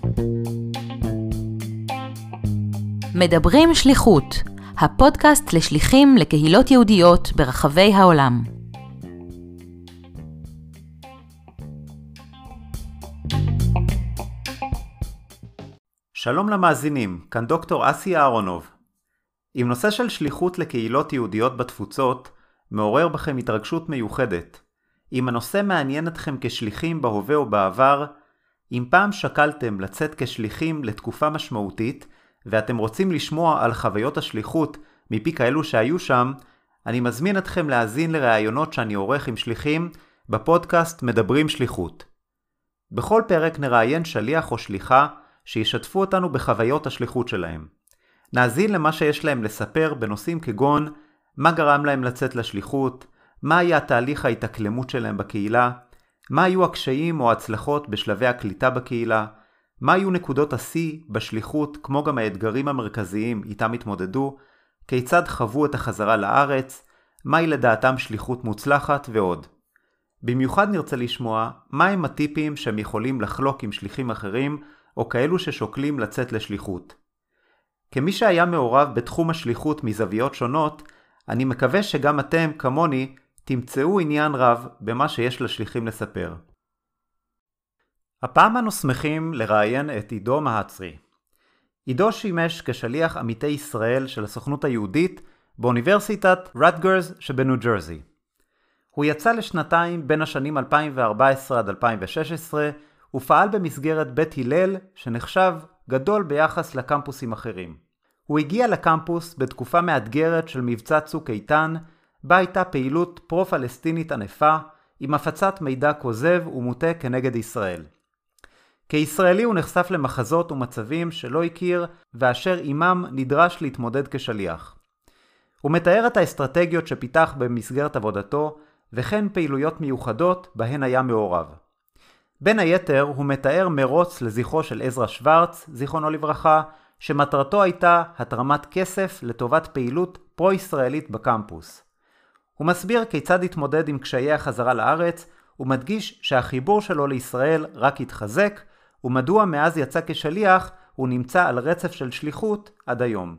מדברים שליחות, הפודקאסט לשליחים לקהילות יהודיות ברחבי העולם. שלום למאזינים, כאן דוקטור אסי אהרונוב. עם נושא של שליחות לקהילות יהודיות בתפוצות, מעורר בכם התרגשות מיוחדת. אם הנושא מעניין אתכם כשליחים בהווה או בעבר, אם פעם שקלתם לצאת כשליחים לתקופה משמעותית, ואתם רוצים לשמוע על חוויות השליחות מפי כאלו שהיו שם, אני מזמין אתכם להאזין לראיונות שאני עורך עם שליחים בפודקאסט מדברים שליחות. בכל פרק נראיין שליח או שליחה שישתפו אותנו בחוויות השליחות שלהם. נאזין למה שיש להם לספר בנושאים כגון מה גרם להם לצאת לשליחות, מה היה תהליך ההתאקלמות שלהם בקהילה, מה היו הקשיים או הצלחות בשלבי הקליטה בקהילה, מה היו נקודות השיא בשליחות כמו גם האתגרים המרכזיים איתם התמודדו, כיצד חוו את החזרה לארץ, מהי לדעתם שליחות מוצלחת ועוד. במיוחד נרצה לשמוע מהם הטיפים שהם יכולים לחלוק עם שליחים אחרים או כאלו ששוקלים לצאת לשליחות. כמי שהיה מעורב בתחום השליחות מזוויות שונות, אני מקווה שגם אתם, כמוני, תמצאו עניין רב במה שיש לשליחים לספר. הפעם אנו שמחים לראיין את עידו מהצרי. עידו שימש כשליח עמיתי ישראל של הסוכנות היהודית באוניברסיטת רטגרס שבניו ג'רזי. הוא יצא לשנתיים בין השנים 2014 עד 2016, ופעל במסגרת בית הלל שנחשב גדול ביחס לקמפוסים אחרים. הוא הגיע לקמפוס בתקופה מאתגרת של מבצע צוק איתן, בה הייתה פעילות פרו-פלסטינית ענפה עם הפצת מידע כוזב ומוטה כנגד ישראל. כישראלי הוא נחשף למחזות ומצבים שלא הכיר ואשר עימם נדרש להתמודד כשליח. הוא מתאר את האסטרטגיות שפיתח במסגרת עבודתו וכן פעילויות מיוחדות בהן היה מעורב. בין היתר הוא מתאר מרוץ לזכרו של עזרא שוורץ, זיכרונו לברכה, שמטרתו הייתה התרמת כסף לטובת פעילות פרו-ישראלית בקמפוס. הוא מסביר כיצד התמודד עם קשיי החזרה לארץ, ומדגיש שהחיבור שלו לישראל רק התחזק, ומדוע מאז יצא כשליח הוא נמצא על רצף של שליחות עד היום.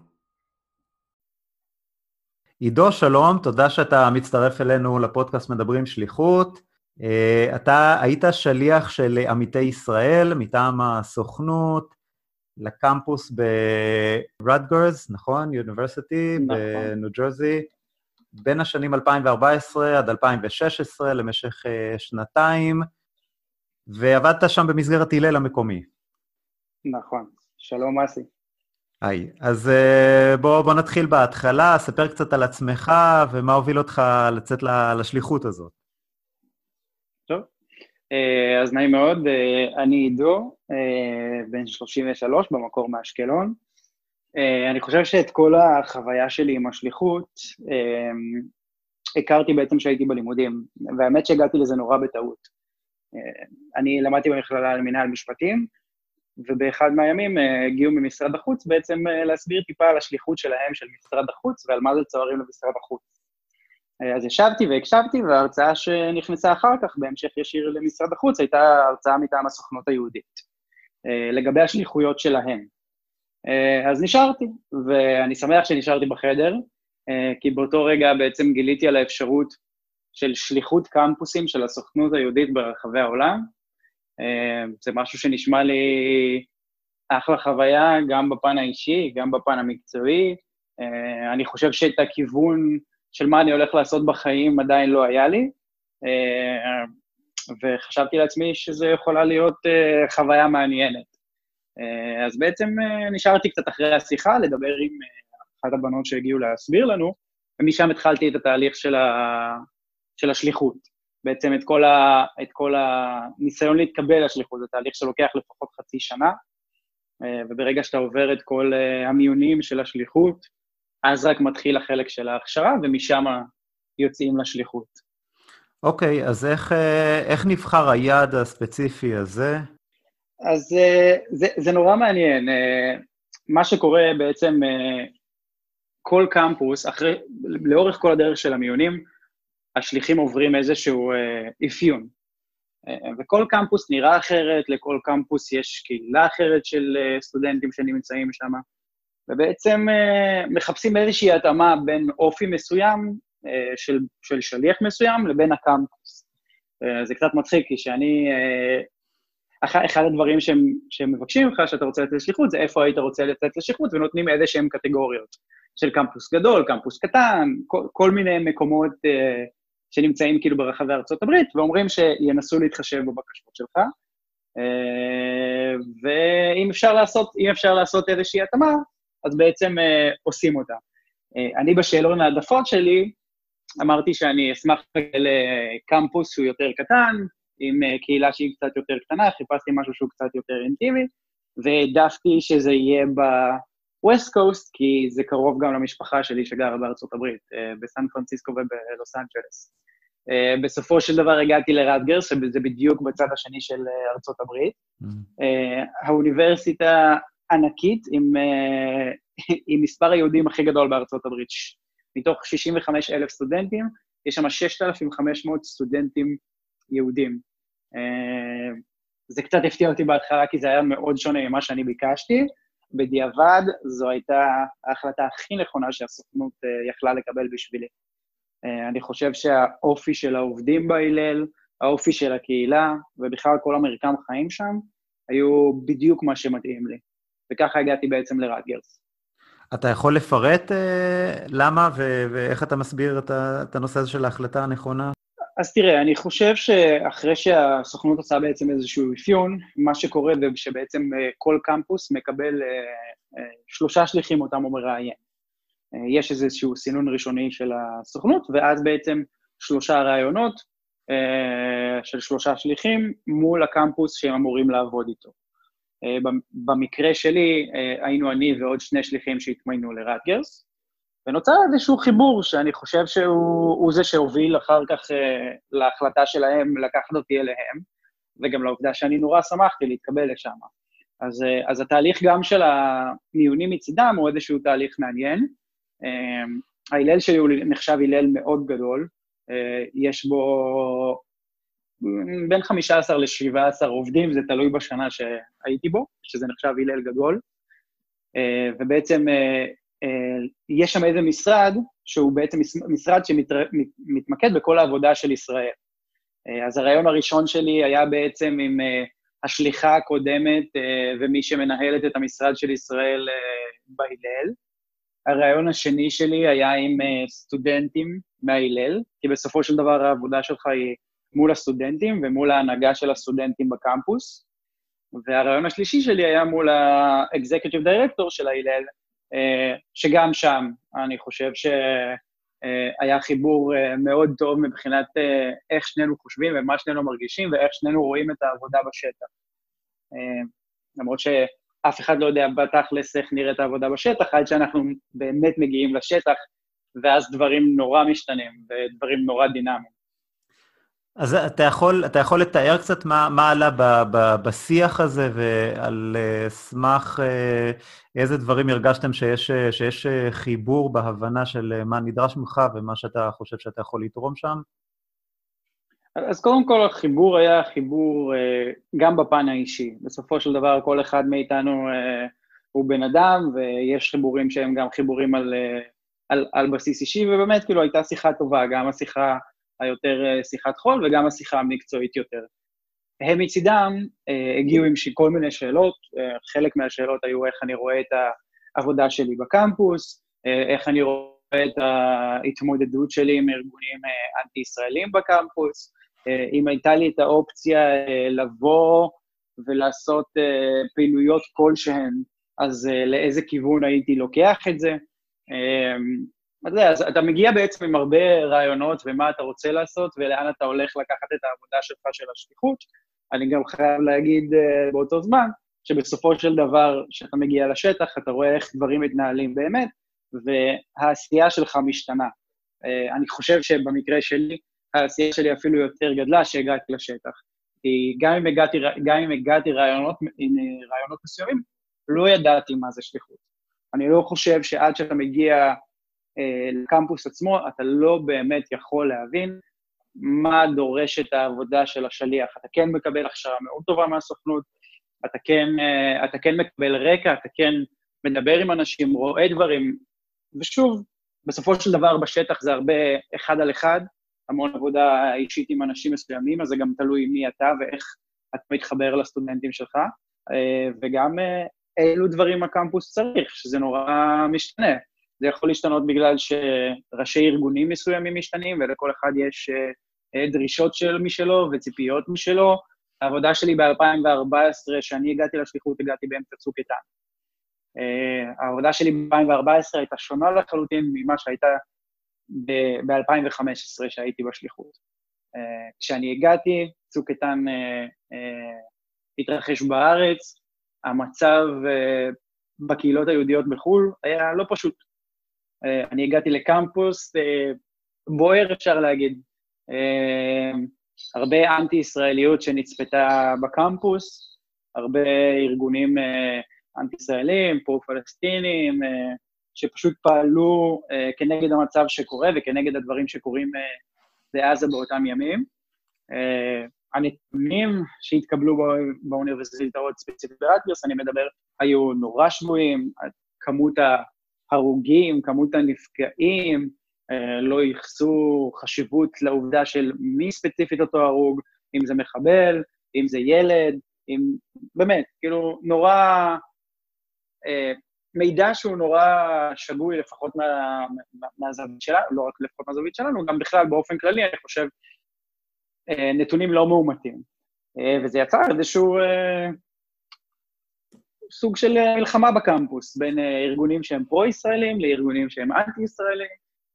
עידו, שלום, תודה שאתה מצטרף אלינו לפודקאסט מדברים שליחות. אתה היית שליח של עמיתי ישראל מטעם הסוכנות לקמפוס ברטגרס, נכון? יוניברסיטי בניו ג'רזי, בין השנים 2014 עד 2016 למשך שנתיים, ועבדת שם במסגרת הלל המקומי. נכון, שלום אסי. היי, אז בוא נתחיל בהתחלה, ספר קצת על עצמך ומה הוביל אותך לצאת לשליחות הזאת. טוב, אז נעים מאוד, אני עידו, בן 33 במקור מאשקלון. אני חושב שאת כל החוויה שלי עם השליחות, הכרתי בעצם שהייתי בלימודים, והאמת שהגעתי לזה נורא בטעות. אני למדתי במכללה למינהל משפטים, ובאחד מהימים הגיעו ממשרד החוץ בעצם להסביר טיפה על השליחות שלהם של משרד החוץ, ועל מה זה צוערים למשרד החוץ. אז ישבתי והקשבתי, וההרצאה שנכנסה אחר כך, בהמשך ישיר למשרד החוץ, הייתה הרצאה מטעם הסוכנות היהודית, לגבי השליחויות שלהם. אז נשארתי, ואני שמח שנשארתי בחדר, כי באותו רגע בעצם גיליתי על האפשרות של שליחות קמפוסים של הסוכנות היהודית ברחבי העולם. זה משהו שנשמע לי אחלה חוויה, גם בפן האישי, גם בפן המקצועי. אני חושב שאת הכיוון של מה אני הולך לעשות בחיים עדיין לא היה לי, וחשבתי לעצמי שזה יכולה להיות חוויה מעניינת. אז בעצם נשארתי קצת אחרי השיחה לדבר עם אחת הבנות שהגיעו להסביר לנו, ומשם התחלתי את התהליך של השליחות. בעצם את כל הניסיון להתקבל לשליחות, זה תהליך שלוקח לפחות חצי שנה, וברגע שאתה עובר את כל המיונים של השליחות, אז רק מתחיל החלק של ההכשרה, ומשם יוצאים לשליחות. אוקיי, אז איך נבחר היעד הספציפי הזה? אז זה נורא מעניין. מה שקורה בעצם, כל קמפוס, לאורך כל הדרך של המיונים, השליחים עוברים איזשהו אפיון. וכל קמפוס נראה אחרת, לכל קמפוס יש קהילה אחרת של סטודנטים שנמצאים שם, ובעצם מחפשים איזושהי התאמה בין אופי מסוים של שליח מסוים לבין הקמפוס. זה קצת מצחיק, כי שאני, אחד הדברים שהם מבקשים ממך שאתה רוצה לצאת לשליחות, זה איפה היית רוצה לצאת לשליחות, ונותנים איזשהם קטגוריות של קמפוס גדול, קמפוס קטן, כל מיני מקומות שנמצאים כאילו ברחבי ארצות הברית, ואומרים שינסו להתחשב בבקשות שלך, ואם אפשר לעשות איזושהי התאמה, אז בעצם עושים אותה. אני בשאלון העדפות שלי, אמרתי שאני אשמח לקמפוס שהוא יותר קטן, עם קהילה שהיא קצת יותר קטנה, חיפשתי משהו שהוא קצת יותר אינטימי, והעדפתי שזה יהיה ב-West Coast, כי זה קרוב גם למשפחה שלי שגרה בארצות הברית, בסן פרנסיסקו ובלוס אנג'לס. בסופו של דבר הגעתי לראטגרס, שזה בדיוק בצד השני של ארצות הברית. האוניברסיטה ענקית, עם מספר היהודים הכי גדול בארצות הברית. מתוך 65,000 סטודנטים, יש שם 6,500 סטודנטים יהודים. זה קצת הפתיע אותי בהתחלה, כי זה היה מאוד שונה ממה שאני ביקשתי. בדיעבד, זו הייתה ההחלטה הכי נכונה שהסוכנות יכלה לקבל בשבילי. אני חושב שהאופי של העובדים בהלל, האופי של הקהילה, ובכלל כל המרקם חיים שם, היו בדיוק מה שמתאים לי. וככה הגעתי בעצם לראטגרס. אתה יכול לפרט למה ואיך אתה מסביר את הנושא הזה של ההחלטה הנכונה? אז תראה, אני חושב שאחרי שהסוכנות עושה בעצם איזשהו אפיון, מה שקורה זה שבעצם כל קמפוס מקבל 3 שליחים אותם הוא מראיין. יש איזשהו סינון ראשוני של הסוכנות, ואז בעצם 3 רעיונות של 3 שליחים מול הקמפוס שהם אמורים לעבוד איתו. במקרה שלי היינו אני ועוד 2 שליחים שהתמיינו לראטגרס, ונוצר איזשהו חיבור שאני חושב שהוא זה שהוביל אחר כך להחלטה שלהם לקחת אותי אליהם, וגם לעובדה שאני נורא שמחתי להתקבל לשם. אז התהליך גם של המיונים מצידם הוא איזשהו תהליך מעניין. ההילל שלי הוא נחשב הילל מאוד גדול, יש בו בין 15 ל-17 עובדים, זה תלוי בשנה שהייתי בו, שזה נחשב הילל גדול, ובעצם יש שם איזה משרד, שהוא בעצם משרד שמתמקד בכל העבודה של ישראל. אז הרעיון הראשון שלי היה בעצם עם השליחה הקודמת, ומי שמנהלת את המשרד של ישראל בהילל. הרעיון השני שלי היה עם סטודנטים מההילל, כי בסופו של דבר העבודה שלך היא מול הסטודנטים ומול ההנהגה של הסטודנטים בקמפוס. והרעיון השלישי שלי היה מול ה-Executive Director של ההילל, שגם שם אני חושב שהיה חיבור מאוד טוב מבחינת איך שנינו חושבים ומה שנינו מרגישים ואיך שנינו רואים את העבודה בשטח. למרות שאף אחד לא יודע בתכלס איך נראית העבודה בשטח, עד שאנחנו באמת מגיעים לשטח, ואז דברים נורא משתנים ודברים נורא דינמיים. אז אתה יכול לתאר קצת מה עלה בשיח הזה, ועל סמך איזה דברים הרגשתם שיש חיבור בהבנה של מה נדרש ממך, ומה שאתה חושב שאתה יכול לתרום שם? אז קודם כל החיבור היה חיבור גם בפן האישי. בסופו של דבר כל אחד מאיתנו הוא בן אדם, ויש חיבורים שהם גם חיבורים על בסיס אישי, ובאמת כאילו הייתה שיחה טובה, גם השיחה היותר שיחת חול, וגם השיחה המקצועית יותר. הם מצידם הגיעו עם כל מיני שאלות, חלק מהשאלות היו איך אני רואה את העבודה שלי בקמפוס, איך אני רואה את ההתמודדות שלי עם ארגונים אנטי-ישראלים בקמפוס, אם הייתה לי את האופציה לבוא ולעשות פעילויות כלשהן, אז לאיזה כיוון הייתי לוקח את זה. אז אתה מגיע בעצם עם הרבה רעיונות ומה אתה רוצה לעשות ולאן אתה הולך לקחת את העבודה שלך של השליחות. אני גם חייב להגיד באותו זמן, שבסופו של דבר שאתה מגיע לשטח, אתה רואה איך דברים מתנהלים באמת, והעשייה שלך משתנה. אני חושב שבמקרה שלי, העשייה שלי אפילו יותר גדלה שהגעתי לשטח. כי גם אם הגעתי רעיונות מסוימים, לא ידעתי מה זה שליחות. אני לא חושב שעד שאתה מגיע לקמפוס עצמו, אתה לא באמת יכול להבין מה דורשת העבודה של השליח. אתה כן מקבל הכשרה מאוד טובה מהסוכנות, אתה כן מקבל רקע, אתה כן מדבר עם אנשים, רואה דברים, ושוב, בסופו של דבר בשטח זה הרבה אחד על אחד, המון עבודה אישית עם אנשים מסוימים, אז זה גם תלוי מי אתה ואיך אתה מתחבר לסטודנטים שלך, וגם אילו דברים הקמפוס צריך, שזה נורא משתנה. זה יכול להשתנות בגלל שראשי ארגונים מסוימים משתנים, ולכל אחד יש דרישות של משלו וציפיות משלו. העבודה שלי ב-2014, שאני הגעתי לשליחות, הגעתי באמצע צוק איתן. העבודה שלי ב-2014 הייתה שונה לחלוטין ממה שהייתה ב-2015 שהייתי בשליחות. כשאני הגעתי, צוק איתן התרחש בארץ, המצב בקהילות היהודיות בחו"ל היה לא פשוט. אני הגעתי לקמפוס בוער, אפשר להגיד. הרבה אנטי-ישראליות שנצפתה בקמפוס, הרבה ארגונים אנטי-ישראלים, פרו-פלסטינים, שפשוט פעלו כנגד המצב שקורה וכנגד הדברים שקורים בעזה באותם ימים. הנתונים שהתקבלו באוניברסיטאות ספציפית ברטגרס, אני מדבר, היו נורא שבויים, כמות ההרוגים, כמות הנפגעים, לא ייחסו חשיבות לעובדה של מי ספציפית אותו הרוג, אם זה מחבל, אם זה ילד, באמת, כאילו נורא, מידע שהוא נורא שגוי לפחות מהזווית שלנו, לא רק לפחות מהזווית שלנו, גם בכלל באופן כללי, אני חושב, נתונים לא מאומתים. וזה יצר איזשהו סוג של מלחמה בקמפוס, בין ארגונים שהם פרו-ישראלים לארגונים שהם אנטי-ישראלים.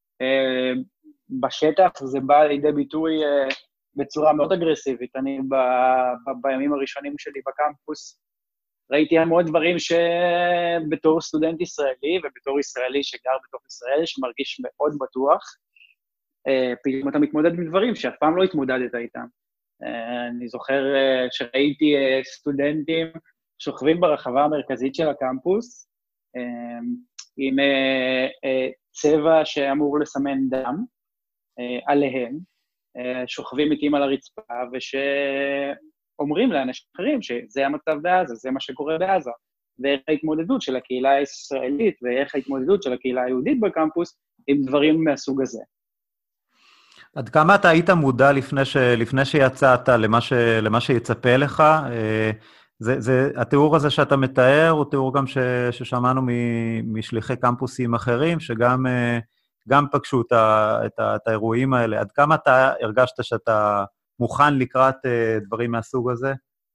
בשטח זה בא לידי ביטוי בצורה מאוד אגרסיבית. אני בימים הראשונים שלי בקמפוס ראיתי המון דברים שבתור סטודנט ישראלי ובתור ישראלי שגר בתוך ישראל, שמרגיש מאוד בטוח, פתאום אתה מתמודד עם דברים שאף פעם לא התמודדת איתם. אני זוכר שראיתי סטודנטים שוכבים ברחבה המרכזית של הקמפוס, עם צבע שאמור לסמן דם עליהם, שוכבים איתים על הרצפה, ושאומרים לאנשים אחרים שזה המצב בעזה, זה מה שקורה בעזה, ואיך ההתמודדות של הקהילה הישראלית, ואיך ההתמודדות של הקהילה היהודית בקמפוס, עם דברים מהסוג הזה. עד כמה אתה היית מודע לפני שיצאת למה שיצפה לך? התיאור הזה שאתה מתאר הוא תיאור גם ששמענו משליחי קמפוסים אחרים, שגם פגשו את האירועים האלה. עד כמה אתה הרגשת שאתה מוכן לקראת דברים מהסוג הזה?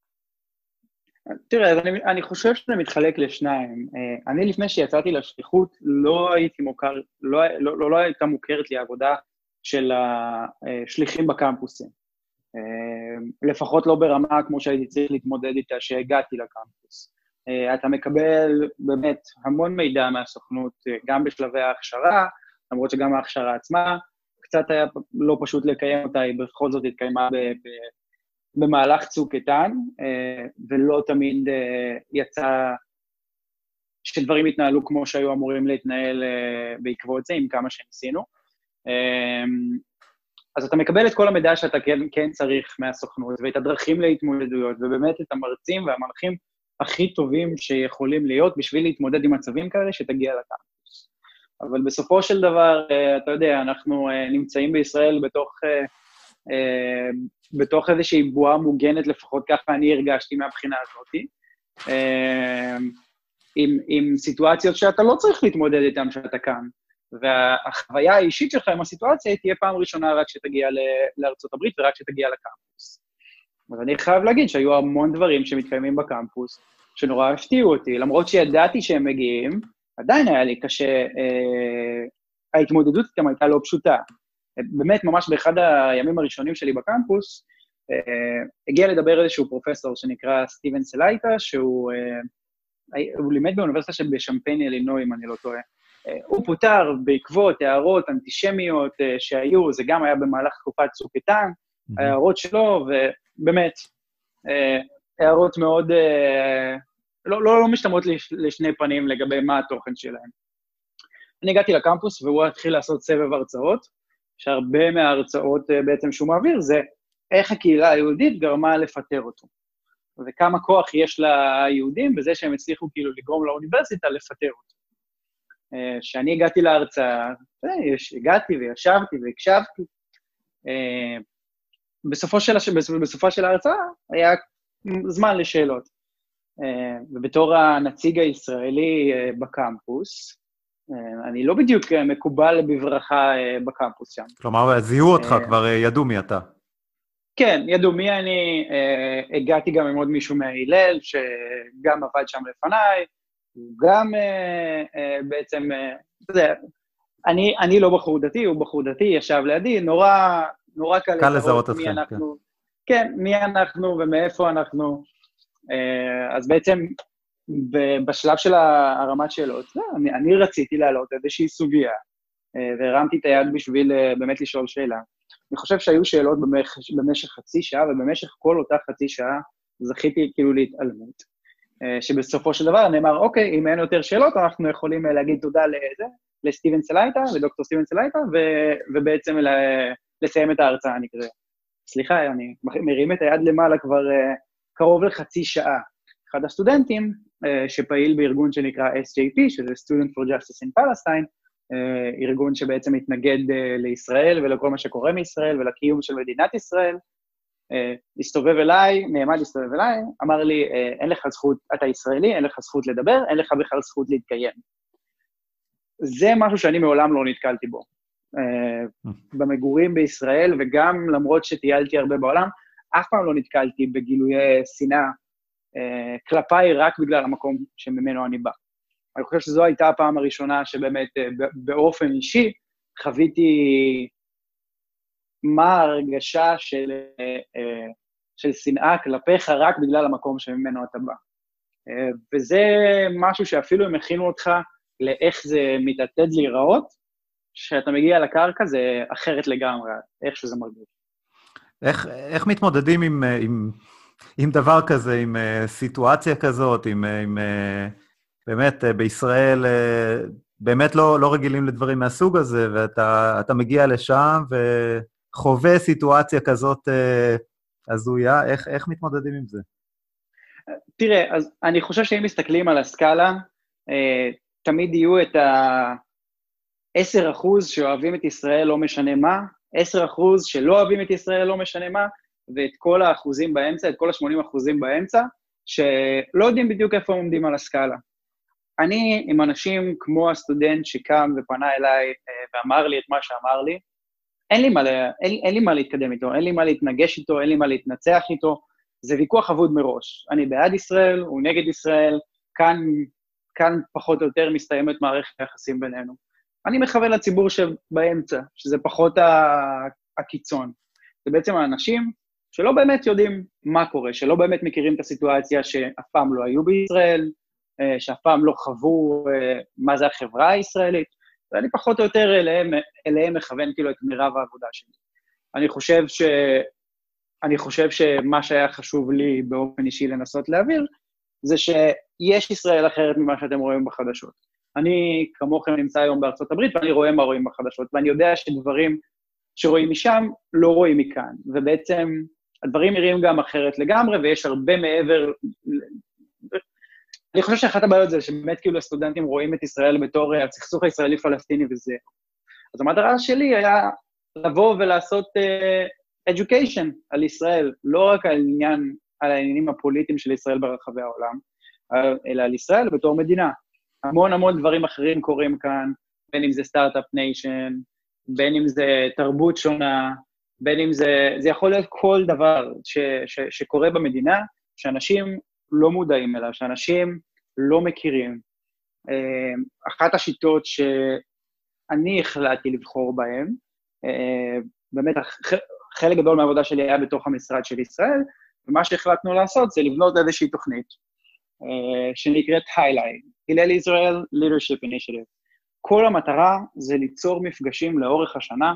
תראה, אני חושב שזה מתחלק לשניים. אני לפני שיצאתי לשליחות לא הייתי מוכר, לא הייתה מוכרת לי העבודה של השליחים בקמפוסים. לפחות לא ברמה כמו שהייתי צריך להתמודד איתה שהגעתי לקמפוס. אתה מקבל באמת המון מידע מהסוכנות, גם בשלבי ההכשרה, למרות שגם ההכשרה עצמה, קצת היה לא פשוט לקיים אותה, היא בכל זאת התקיימה במהלך צוק איתן, ולא תמיד יצא שדברים התנהלו כמו שהיו אמורים להתנהל בעקבות זה, עם כמה שניסינו. אז אתה מקבל את כל המידע שאתה כן צריך מהסוכנות, ואת הדרכים להתמודדויות, ובאמת את המרצים והמנחים הכי טובים שיכולים להיות בשביל להתמודד עם מצבים כאלה שתגיע לקמפוס. אבל בסופו של דבר, אתה יודע, אנחנו נמצאים בישראל בתוך איזושהי בועה מוגנת, לפחות ככה אני הרגשתי מהבחינה הזאת, עם סיטואציות שאתה לא צריך להתמודד איתן שאתה כאן. והחוויה האישית שלך עם הסיטואציה תהיה פעם ראשונה רק שתגיע לארצות הברית ורק שתגיע לקמפוס. אז אני חייב להגיד שהיו המון דברים שמתקיימים בקמפוס, שנורא הפתיעו אותי, למרות שידעתי שהם מגיעים, עדיין היה לי קשה, ההתמודדות איתם הייתה לא פשוטה. באמת, ממש באחד הימים הראשונים שלי בקמפוס, הגיע לדבר איזשהו פרופסור שנקרא סטיבן סלייטה, שהוא לימד באוניברסיטה בשמפיין אלינוי, אם אני לא טועה. הוא פוטר בעקבות הערות אנטישמיות שהיו, זה גם היה במהלך תקופת צוק איתן, הערות שלו, ובאמת, הערות מאוד, לא משתמעות לשני פנים לגבי מה התוכן שלהם. אני הגעתי לקמפוס, והוא התחיל לעשות סבב הרצאות, שהרבה מההרצאות בעצם שהוא מעביר, זה איך הקהילה היהודית גרמה לפטר אותו. וכמה כוח יש ליהודים בזה שהם הצליחו כאילו לגרום לאוניברסיטה לפטר אותו. כשאני הגעתי להרצאה, הגעתי וישבתי והקשבתי, בסופה של ההרצאה היה זמן לשאלות. ובתור הנציג הישראלי בקמפוס, אני לא בדיוק מקובל בברכה בקמפוס שם. כלומר, זיהו אותך, כבר ידעו מי אתה. כן, ידעו מי אני, הגעתי גם עם עוד מישהו מההילל, שגם עבד שם לפניי, גם בעצם, אני לא בחור דתי, הוא בחור דתי, ישב לידי, נורא קל לזהות אתכם. כן, מי אנחנו ומאיפה אנחנו. אז בעצם בשלב של הרמת שאלות, אני רציתי להעלות איזושהי סוגיה, והרמתי את היד בשביל באמת לשאול שאלה. אני חושב שהיו שאלות במשך חצי שעה, ובמשך כל אותה חצי שעה זכיתי כאילו להתעלמות. שבסופו של דבר נאמר, אוקיי, אם אין יותר שאלות, אנחנו יכולים להגיד תודה לסטיבן סלייטה, לדוקטור סטיבן סלייטה, ובעצם לסיים את ההרצאה, אני כזה. סליחה, אני מרים את היד למעלה כבר קרוב לחצי שעה. אחד הסטודנטים, שפעיל בארגון שנקרא SJP, שזה Student for Justice in Palestine, ארגון שבעצם מתנגד לישראל ולכל מה שקורה מישראל ולקיום של מדינת ישראל, הסתובב אליי, נעמד הסתובב אליי, אמר לי, אין לך זכות, אתה ישראלי, אין לך זכות לדבר, אין לך בכלל זכות להתקיים. זה משהו שאני מעולם לא נתקלתי בו. במגורים בישראל, וגם למרות שטיילתי הרבה בעולם, אף פעם לא נתקלתי בגילויי שנאה כלפיי רק בגלל המקום שממנו אני בא. אני חושב שזו הייתה הפעם הראשונה שבאמת באופן אישי חוויתי מה ההרגשה של שנאה כלפיך רק בגלל המקום שממנו אתה בא. וזה משהו שאפילו הם הכינו אותך לאיך זה מתעתד להיראות, שאתה מגיע לקרקע זה אחרת לגמרי, איך שזה מרגיש. איך מתמודדים עם דבר כזה, עם סיטואציה כזאת, עם באמת בישראל באמת לא רגילים לדברים מהסוג הזה, ואתה מגיע לשם וחווה סיטואציה כזאת הזויה, איך מתמודדים עם זה? תראה, אז אני חושב שאם מסתכלים על הסקאלה, תמיד יהיו את 10% שאוהבים את ישראל לא משנה מה, 10% שלא אוהבים את ישראל לא משנה מה, ואת כל האחוזים באמצע, את כל ה-80% באמצע, שלא יודעים בדיוק איפה הם עומדים על הסקאלה. אני עם אנשים כמו הסטודנט שקם ופנה אליי ואמר לי את מה שאמר לי, אין לי מה להתקדם איתו, אין לי מה להתנגש איתו, אין לי מה להתנצח איתו, זה ויכוח אבוד מראש. אני בעד ישראל, הוא נגד ישראל, כאן פחות או יותר מסתיימת מערכת היחסים בינינו. אני מכוון לציבור שבאמצע, שזה פחות הקיצון. זה בעצם האנשים שלא באמת יודעים מה קורה, שלא באמת מכירים את הסיטואציה שאף פעם לא היו בישראל, שאף פעם לא חוו מה זה החברה הישראלית, ואני פחות או יותר אליהם מכוון כאילו את מירב העבודה שלי. אני חושב שמה שהיה חשוב לי באופן אישי לנסות להעביר, זה שיש ישראל אחרת ממה שאתם רואים בחדשות. אני כמוכם נמצא היום בארצות הברית, ואני רואה מה רואים בחדשות, ואני יודע שדברים שרואים משם לא רואים מכאן, ובעצם הדברים נראים גם אחרת לגמרי, ויש הרבה מעבר. אני חושב שאחת הבעיות זה שבאמת כאילו הסטודנטים רואים את ישראל בתור הסכסוך הישראלי-פלסטיני וזה. אז המטרה שלי היה לבוא ולעשות education על ישראל, לא רק על העניינים הפוליטיים של ישראל ברחבי העולם, אלא על ישראל בתור מדינה. המון דברים אחרים קורים כאן, בין אם זה סטארט-אפ ניישן, בין אם זה תרבות שונה, בין אם זה יכול להיות כל דבר שקורה במדינה, שאנשים לא מודעים אליו, שאנשים לא מכירים. אחת השיטות שאני החלטתי לבחור בהן, באמת חלק גדול מהעבודה שלי היה בתוך המשרד של ישראל, ומה שהחלטנו לעשות זה לבנות איזושהי תוכנית, שנקראת Highline, הלל ישראל Leadership Initiative. כל המטרה זה ליצור מפגשים לאורך השנה,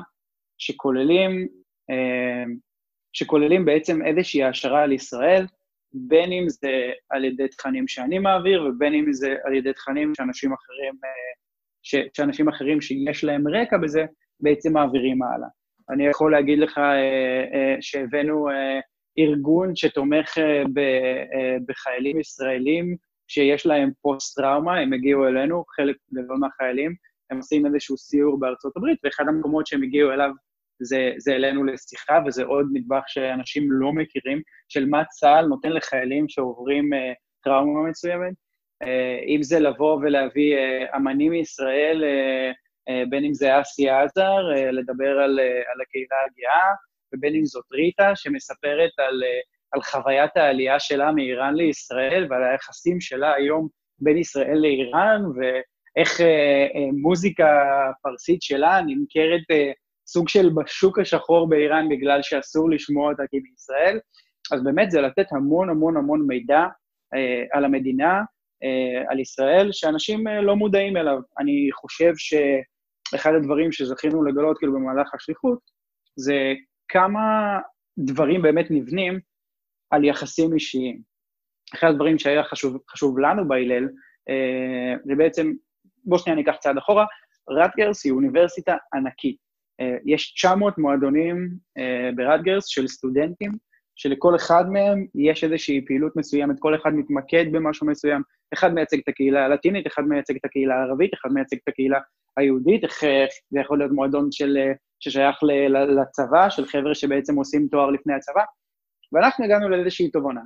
שכוללים בעצם איזושהי העשרה על ישראל, בין אם זה על ידי תכנים שאני מעביר, ובין אם זה על ידי תכנים שאנשים אחרים שיש להם רקע בזה, בעצם מעבירים הלאה. אני יכול להגיד לך שהבאנו ארגון שתומך בחיילים ישראלים שיש להם פוסט-טראומה, הם הגיעו אלינו, חלק גדול מהחיילים, הם עושים איזשהו סיור בארצות הברית, ואחד המקומות שהם הגיעו אליו זה אלינו לשיחה, וזה עוד נדבך שאנשים לא מכירים, של מה צה"ל נותן לחיילים שעוברים טראומה מסוימת, אם זה לבוא ולהביא אמנים מישראל, בין אם זה אסי עזר, לדבר על הקהילה הגאה, ובין אם זאת ריטה, שמספרת על חוויית העלייה שלה מאיראן לישראל, ועל היחסים שלה היום בין ישראל לאיראן, ואיך מוזיקה פרסית שלה נמכרת סוג של בשוק השחור באיראן, בגלל שאסור לשמוע אותה בישראל. אז באמת זה לתת המון המון המון מידע על המדינה, על ישראל, שאנשים לא מודעים אליו. אני חושב שאחד הדברים שזכינו לגלות כאילו במהלך השליחות, זה כמה דברים באמת נבנים על יחסים אישיים. אחד הדברים שהיה חשוב לנו בהילל, זה בעצם, בוא שנייה ניקח צעד אחורה, רטגרס היא אוניברסיטה ענקית. יש 900 מועדונים ברטגרס של סטודנטים, שלכל אחד מהם יש איזושהי פעילות מסוימת, כל אחד מתמקד במשהו מסוים, אחד מייצג את הקהילה הלטינית, אחד מייצג את הקהילה הערבית, אחד מייצג את הקהילה היהודית, זה יכול להיות מועדון ששייך לצבא, של חבר'ה שבעצם עושים תואר לפני הצבא, ואנחנו הגענו לאיזושהי תובנה,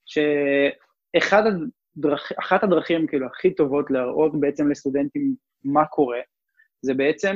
אחת הדרכים כאילו הכי טובות להראות בעצם לסטודנטים מה קורה, זה בעצם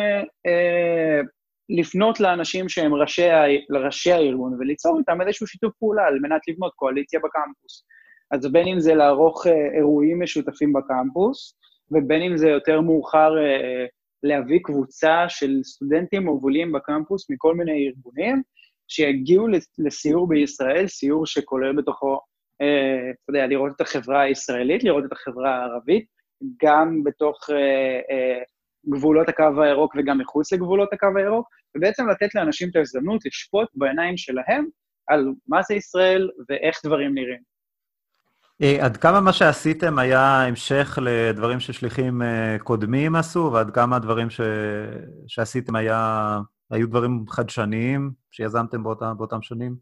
לפנות לאנשים שהם לראשי הארגון, וליצור איתם איזשהו שיתוף פעולה, על מנת לבנות קואליציה בקמפוס. אז בין אם זה לערוך אירועים משותפים בקמפוס, ובין אם זה יותר מאוחר להביא קבוצה של סטודנטים מובילים בקמפוס מכל מיני ארגונים, שיגיעו לסיור בישראל, סיור שכולל בתוכו, אתה יודע, לראות את החברה הישראלית, לראות את החברה הערבית, גם בתוך גבולות הקו הירוק וגם מחוץ לגבולות הקו הירוק, ובעצם לתת לאנשים את ההזדמנות לשפוט בעיניים שלהם על מה זה ישראל ואיך דברים נראים. עד כמה מה שעשיתם היה המשך לדברים ששליחים קודמים עשו, ועד כמה הדברים שעשיתם היו דברים חדשניים שיזמתם באותם שנים?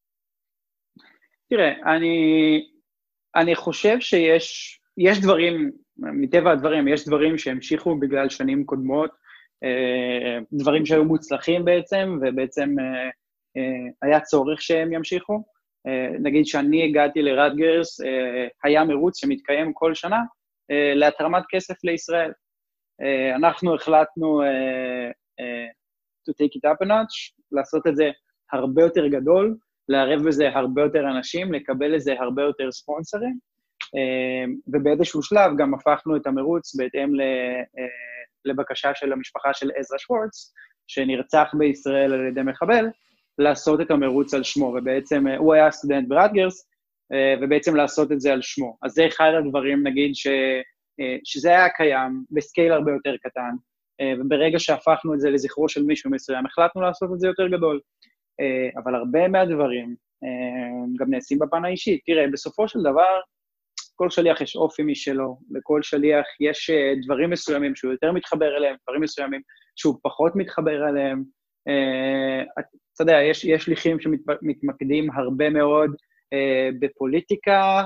תראה, אני חושב שיש דברים, מטבע הדברים, יש דברים שהמשיכו בגלל שנים קודמות, דברים שהיו מוצלחים בעצם, ובעצם היה צורך שהם ימשיכו. נגיד שאני הגעתי לרטגרס, היה מרוץ שמתקיים כל שנה להתרמת כסף לישראל. אנחנו החלטנו to take it up a notch, לעשות את זה הרבה יותר גדול, לערב בזה הרבה יותר אנשים, לקבל לזה הרבה יותר ספונסרים, ובאיזשהו שלב גם הפכנו את המרוץ בהתאם לבקשה של המשפחה של עזרא שוורץ, שנרצח בישראל על ידי מחבל, לעשות את המרוץ על שמו, ובעצם הוא היה סטודנט ברטגרס, ובעצם לעשות את זה על שמו. אז זה אחד הדברים, נגיד, שזה היה קיים בסקייל הרבה יותר קטן, וברגע שהפכנו את זה לזכרו של מישהו מסוים, החלטנו לעשות את זה יותר גדול. אבל הרבה מהדברים גם נעשים בפן האישי. תראה, בסופו של דבר, כל שליח יש אופי משלו, לכל שליח יש דברים מסוימים שהוא יותר מתחבר אליהם, דברים מסוימים שהוא פחות מתחבר אליהם. אתה יודע, יש שליחים שמתמקדים הרבה מאוד בפוליטיקה,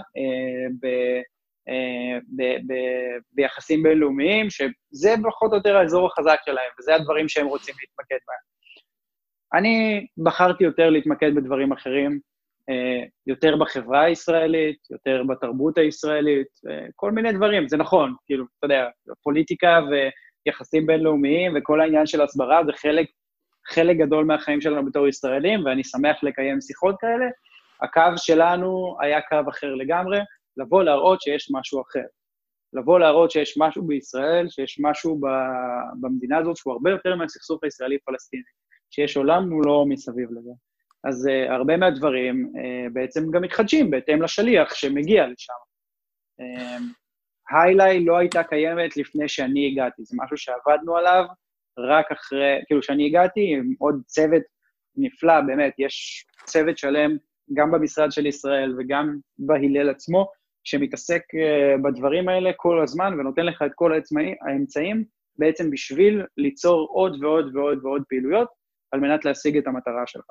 ביחסים בינלאומיים, שזה פחות או יותר האזור החזק שלהם, וזה הדברים שהם רוצים להתמקד בהם. אני בחרתי יותר להתמקד בדברים אחרים, יותר בחברה הישראלית, יותר בתרבות הישראלית, כל מיני דברים, זה נכון, כאילו, אתה יודע, פוליטיקה ויחסים בינלאומיים וכל העניין של הסברה, זה חלק גדול מהחיים שלנו בתור ישראלים, ואני שמח לקיים שיחות כאלה. הקו שלנו היה קו אחר לגמרי, לבוא להראות שיש משהו אחר. לבוא להראות שיש משהו בישראל, שיש משהו במדינה הזאת, שהוא הרבה יותר מהסכסוך הישראלי-פלסטיני, שיש עולם מולו מסביב לזה. אז הרבה מהדברים בעצם גם מתחדשים בהתאם לשליח שמגיע לשם. היילייט לא הייתה קיימת לפני שאני הגעתי, זה משהו שעבדנו עליו רק אחרי, כאילו שאני הגעתי, עם עוד צוות נפלא, באמת, יש צוות שלם גם במשרד של ישראל וגם בהילל עצמו, שמתעסק בדברים האלה כל הזמן ונותן לך את כל האמצעים, בעצם בשביל ליצור עוד ועוד ועוד ועוד פעילויות, על מנת להשיג את המטרה שלך.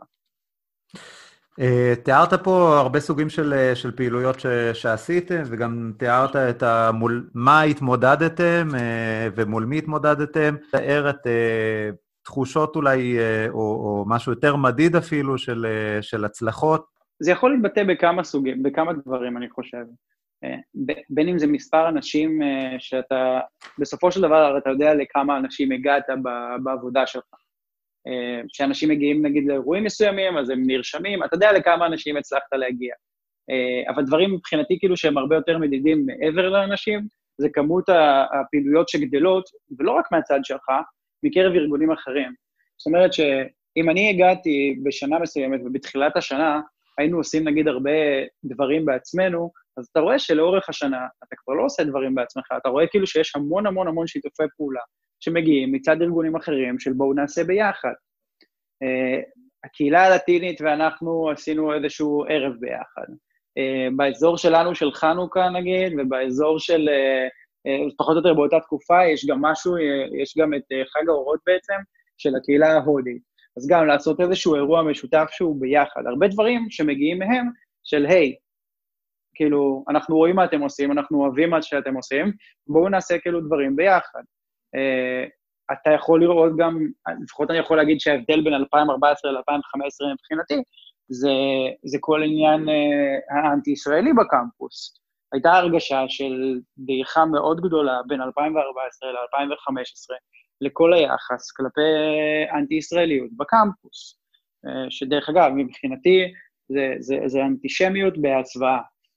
תיארת פה הרבה סוגים של פעילויות שעשיתם, וגם תיארת מה התמודדתם ומול מי התמודדתם, תאר את תחושות אולי, או משהו יותר מדיד אפילו של הצלחות. זה יכול להתבטא בכמה סוגים, בכמה דברים, אני חושב. בין אם זה מספר אנשים שאתה, בסופו של דבר אתה יודע לכמה אנשים הגעת בעבודה שלך. שאנשים מגיעים נגיד לאירועים מסוימים, אז הם נרשמים, אתה יודע לכמה אנשים הצלחת להגיע. אבל דברים מבחינתי כאילו שהם הרבה יותר מדידים מעבר לאנשים, זה כמות הפעילויות שגדלות, ולא רק מהצד שלך, מקרב ארגונים אחרים. זאת אומרת שאם אני הגעתי בשנה מסוימת ובתחילת השנה, היינו עושים נגיד הרבה דברים בעצמנו, אז אתה רואה שלאורך השנה אתה כבר לא עושה דברים בעצמך, אתה רואה כאילו שיש המון המון המון שיתופי פעולה, שמגיעים מצד ארגונים אחרים של בואו נעשה ביחד. הקהילה הלטינית ואנחנו עשינו איזשהו ערב ביחד. באזור שלנו של חנוכה נגיד, ובאזור של, פחות או יותר באותה תקופה, יש גם משהו, יש גם את חג האורות בעצם, של הקהילה ההודית. אז גם לעשות איזשהו אירוע משותף שהוא ביחד. הרבה דברים שמגיעים מהם של, היי, כאילו, אנחנו רואים מה אתם עושים, אנחנו אוהבים מה שאתם עושים, בואו נעשה כאילו דברים ביחד. אתה יכול לראות גם, לפחות אני יכול להגיד שההבדל בין 2014 ל-2015 מבחינתי, זה כל עניין האנטי-ישראלי בקמפוס. הייתה הרגשה של דעיכה מאוד גדולה בין 2014 ל-2015, לכל היחס כלפי אנטי-ישראליות בקמפוס. שדרך אגב, מבחינתי, זה אנטישמיות בהצבעה.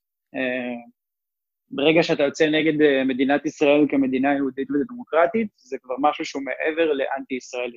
ברגע שאתה יוצא נגד מדינת ישראל כמדינה יהודית ודמוקרטית, זה כבר משהו שהוא מעבר לאנטי-ישראלי.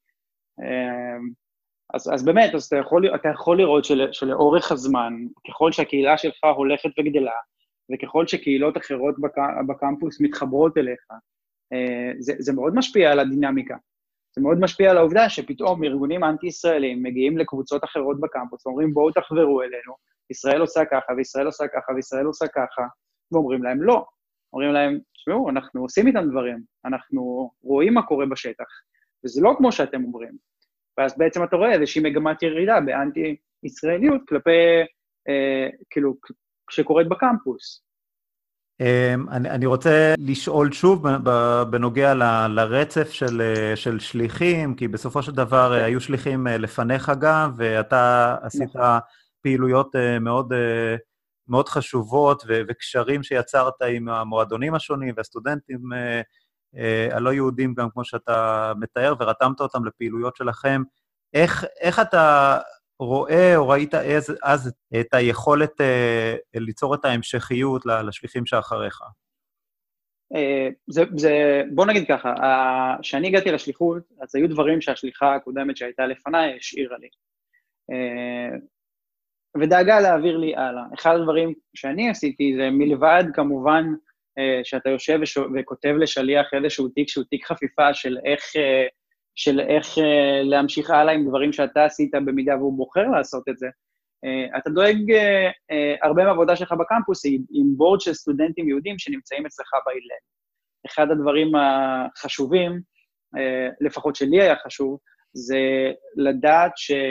אז באמת, אז אתה יכול לראות שלאורך הזמן, ככל שהקהילה שלך הולכת וגדלה, וככל שקהילות אחרות בקמפוס מתחברות אליך, זה מאוד משפיע על הדינמיקה. זה מאוד משפיע על העובדה שפתאום ארגונים אנטי-ישראלים מגיעים לקבוצות אחרות בקמפוס, ואומרים בואו תחברו אלינו, ישראל עושה ככה, וישראל עושה ככה, וישראל עושה ככה, ואומרים להם לא. אומרים להם, תשמעו, אנחנו עושים איתם דברים, אנחנו רואים מה קורה בשטח, וזה לא כמו שאתם אומרים. ואז בעצם אתה רואה איזושהי מגמת ירידה באנטי-ישראליות כלפי, כאילו, שקורית בקמפוס. אני רוצה לשאול שוב בנוגע לרצף של שליחים, כי בסופו של דבר היו שליחים לפניך גם, ואתה עשית פעילויות מאוד חשובות וקשרים שיצרת עם המועדונים השונים והסטודנטים הלא יהודים גם כמו שאתה מתאר, ורתמת אותם לפעילויות שלכם. איך אתה רואה או ראית אז את היכולת ליצור את ההמשכיות לשליחים שאחריך? בוא נגיד ככה, כשאני הגעתי לשליחות, אז היו דברים שהשליחה הקודמת שהייתה לפניי השאירה לי. ודאגה להעביר לי הלאה. אחד הדברים שאני עשיתי זה מלבד כמובן שאתה יושב וכותב לשליח איזשהו תיק שהוא תיק חפיפה של איך להמשיך הלאה עם דברים שאתה עשית במידה והוא בוחר לעשות את זה. אתה דואג הרבה מהעבודה שלך בקמפוס עם בורד של סטודנטים יהודים שנמצאים אצלך בהילן. אחד הדברים החשובים, לפחות שלי היה חשוב, זה לדעת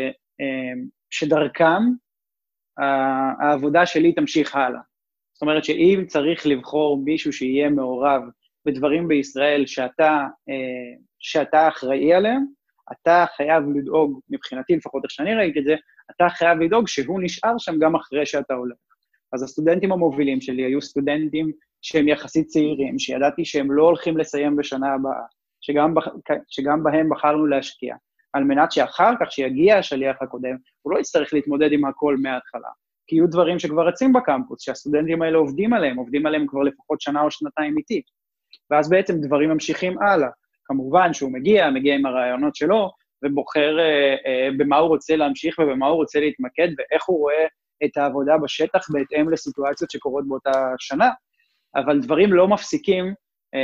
שדרכם העבודה שלי תמשיך הלאה. זאת אומרת שאם צריך לבחור מישהו שיהיה מעורב בדברים בישראל שאתה אחראי עליהם, אתה חייב לדאוג, מבחינתי לפחות איך שאני ראיתי את זה, אתה חייב לדאוג שהוא נשאר שם גם אחרי שאתה הולך. אז הסטודנטים המובילים שלי היו סטודנטים שהם יחסית צעירים, שידעתי שהם לא הולכים לסיים בשנה הבאה, שגם בהם בחרנו להשקיע, על מנת שאחר כך שיגיע השליח הקודם, הוא לא יצטרך להתמודד עם הכל מההתחלה, כי יהיו דברים שכבר רצים בקמפוס, שהסטודנטים האלה עובדים עליהם כבר לפחות שנה או שנתיים איתי, ואז בעצם דברים ממשיכים הלאה. כמובן שהוא מגיע עם הרעיונות שלו, ובוחר במה הוא רוצה להמשיך ובמה הוא רוצה להתמקד, ואיך הוא רואה את העבודה בשטח בהתאם לסיטואציות שקורות באותה שנה, אבל דברים לא מפסיקים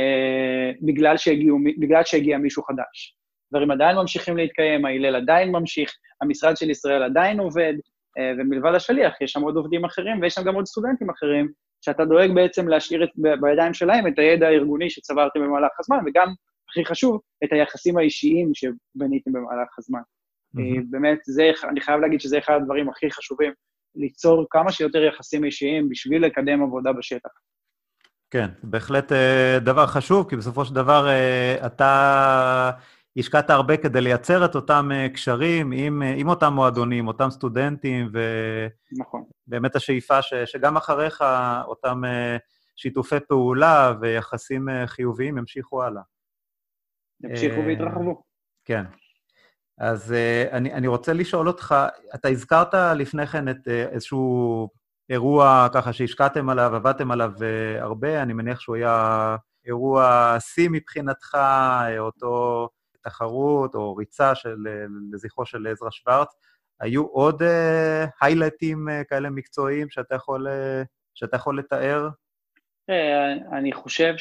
בגלל שהגיע מישהו חדש. דברים עדיין ממשיכים להתקיים, ההילל עדיין ממשיך, המשרד של ישראל עדיין עובד, ומלבד השליח יש שם עוד עובדים אחרים, ויש שם גם עוד סטודנטים אחרים, שאתה דואג בעצם להשאיר בידיים שלהם את הידע הארגוני שצברתם במהלך הזמן, וגם, הכי חשוב, את היחסים האישיים שבניתם במהלך הזמן. באמת, אני חייב להגיד שזה אחד הדברים הכי חשובים, ליצור כמה שיותר יחסים אישיים בשביל לקדם עבודה בשטח. כן, בהחלט דבר חשוב, כי בסופו של דבר אתה השקעת הרבה כדי לייצר את אותם קשרים עם אותם מועדונים, אותם סטודנטים, נכון. ובאמת השאיפה שגם אחריך אותם שיתופי פעולה ויחסים חיוביים ימשיכו הלאה. ימשיכו והתרחבו. כן. אז אני רוצה לשאול אותך, אתה הזכרת לפני כן את איזשהו אירוע ככה שהשקעתם עליו, עבדתם עליו הרבה, אני מניח שהוא היה אירוע שיא מבחינתך, אותו תחרות או ריצה לזכרו של עזרא שוורץ. היו עוד היילייטים כאלה מקצועיים שאתה יכול לתאר? אני חושב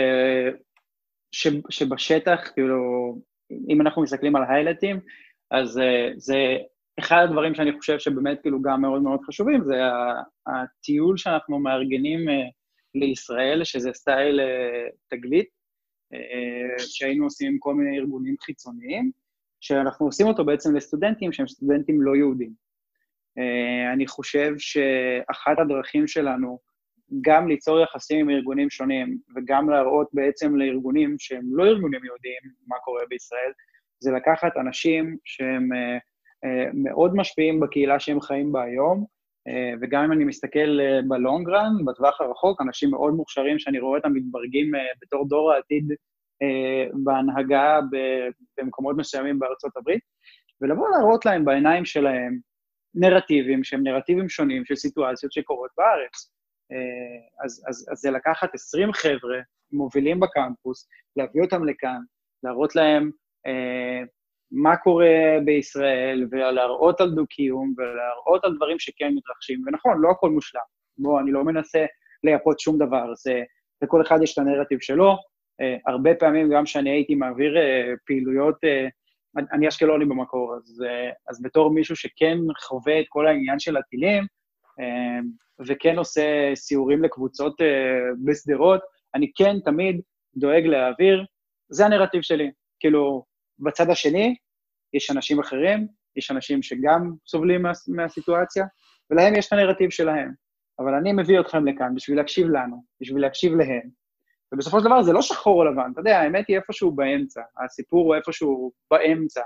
שבשטח, כאילו, אם אנחנו מסתכלים על היילייטים, אז זה אחד הדברים שאני חושב שבאמת כאילו גם מאוד מאוד חשובים, זה הטיול שאנחנו מארגנים לישראל, שזה סטייל תגלית, שהיינו עושים עם כל מיני ארגונים חיצוניים, שאנחנו עושים אותו בעצם לסטודנטים שהם סטודנטים לא יהודים. אני חושב שאחת הדרכים שלנו, גם ליצור יחסים עם ארגונים שונים, וגם להראות בעצם לארגונים שהם לא ארגונים יהודיים, מה קורה בישראל, זה לקחת אנשים שהם מאוד משפיעים בקהילה שהם חיים בה היום, וגם אם אני מסתכל בלונגרן, בטווח הרחוק, אנשים מאוד מוכשרים שאני רואה אותם מתברגים בתור דור העתיד בהנהגה במקומות מסוימים בארצות הברית, ולבוא להראות להם בעיניים שלהם נרטיבים, שהם נרטיבים שונים של סיטואציות שקורות בארץ. אז זה לקחת 20 חבר'ה מובילים בקמפוס, להביא אותם לכאן, להראות להם מה קורה בישראל, ולהראות על דו-קיום, ולהראות על דברים שכן מתרחשים. ונכון, לא הכל מושלם. בוא, אני לא מנסה לייפות שום דבר. לכל אחד יש את הנרטיב שלו. הרבה פעמים גם שאני הייתי מעביר פעילויות, אני אשקלוני במקור, אז בתור מישהו שכן חווה את כל העניין של הטילים, וכן עושה סיורים לקבוצות בסדרות, אני כן תמיד דואג להעביר, זה הנרטיב שלי. כאילו, בצד השני, יש אנשים אחרים, יש אנשים שגם סובלים מהסיטואציה, ולהם יש את הנרטיב שלהם. אבל אני מביא אתכם לכאן בשביל להקשיב לנו, בשביל להקשיב להם. ובסופו של דבר זה לא שחור או לבן, אתה יודע, האמת היא איפשהו באמצע, הסיפור הוא איפשהו באמצע.